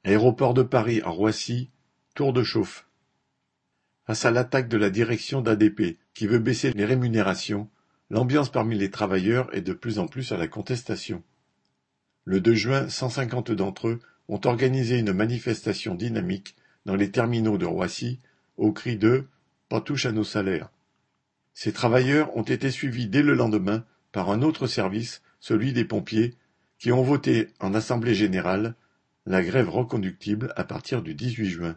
Aéroport de Paris à Roissy, tour de chauffe. Face à l'attaque de la direction d'ADP, qui veut baisser les rémunérations, l'ambiance parmi les travailleurs est de plus en plus à la contestation. Le 2 juin, 150 d'entre eux ont organisé une manifestation dynamique dans les terminaux de Roissy, au cri de « Pas touche à nos salaires ». Ces travailleurs ont été suivis dès le lendemain par un autre service, celui des pompiers, qui ont voté en assemblée générale la grève reconductible à partir du 18 juin.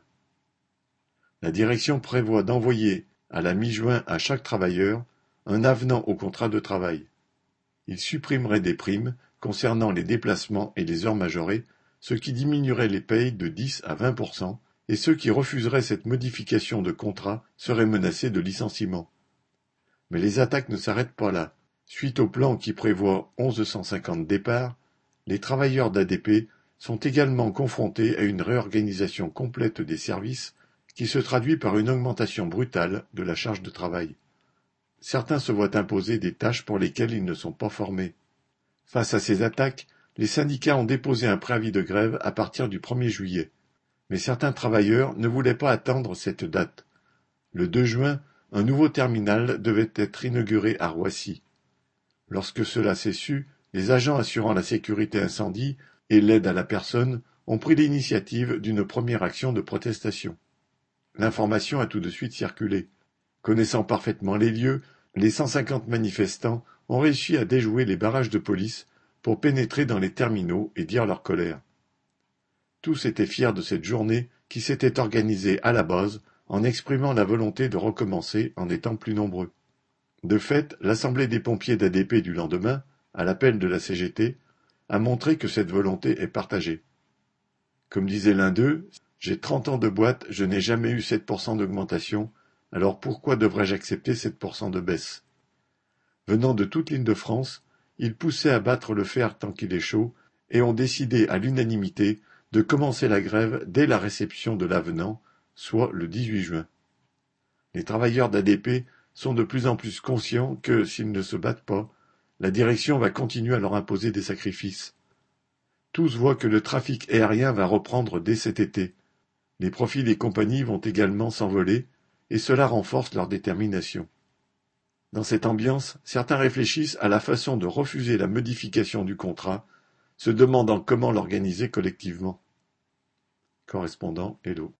La direction prévoit d'envoyer à la mi-juin à chaque travailleur un avenant au contrat de travail. Il supprimerait des primes concernant les déplacements et les heures majorées, ce qui diminuerait les payes de 10 à 20%, et ceux qui refuseraient cette modification de contrat seraient menacés de licenciement. Mais les attaques ne s'arrêtent pas là. Suite au plan qui prévoit 1150 départs, les travailleurs d'ADP sont également confrontés à une réorganisation complète des services qui se traduit par une augmentation brutale de la charge de travail. Certains se voient imposer des tâches pour lesquelles ils ne sont pas formés. Face à ces attaques, les syndicats ont déposé un préavis de grève à partir du 1er juillet. Mais certains travailleurs ne voulaient pas attendre cette date. Le 2 juin, un nouveau terminal devait être inauguré à Roissy. Lorsque cela s'est su, les agents assurant la sécurité incendie et l'aide à la personne ont pris l'initiative d'une première action de protestation. L'information a tout de suite circulé. Connaissant parfaitement les lieux, les 150 manifestants ont réussi à déjouer les barrages de police pour pénétrer dans les terminaux et dire leur colère. Tous étaient fiers de cette journée qui s'était organisée à la base en exprimant la volonté de recommencer en étant plus nombreux. De fait, l'assemblée des pompiers d'ADP du lendemain, à l'appel de la CGT, a montré que cette volonté est partagée. Comme disait l'un d'eux, « J'ai 30 ans de boîte, je n'ai jamais eu 7% d'augmentation, alors pourquoi devrais-je accepter 7% de baisse ?» Venant de toute l'Île-de-France, ils poussaient à battre le fer tant qu'il est chaud et ont décidé à l'unanimité de commencer la grève dès la réception de l'avenant, soit le 18 juin. Les travailleurs d'ADP sont de plus en plus conscients que, s'ils ne se battent pas, la direction va continuer à leur imposer des sacrifices. Tous voient que le trafic aérien va reprendre dès cet été. Les profits des compagnies vont également s'envoler, et cela renforce leur détermination. Dans cette ambiance, certains réfléchissent à la façon de refuser la modification du contrat, se demandant comment l'organiser collectivement. Correspondant Hello.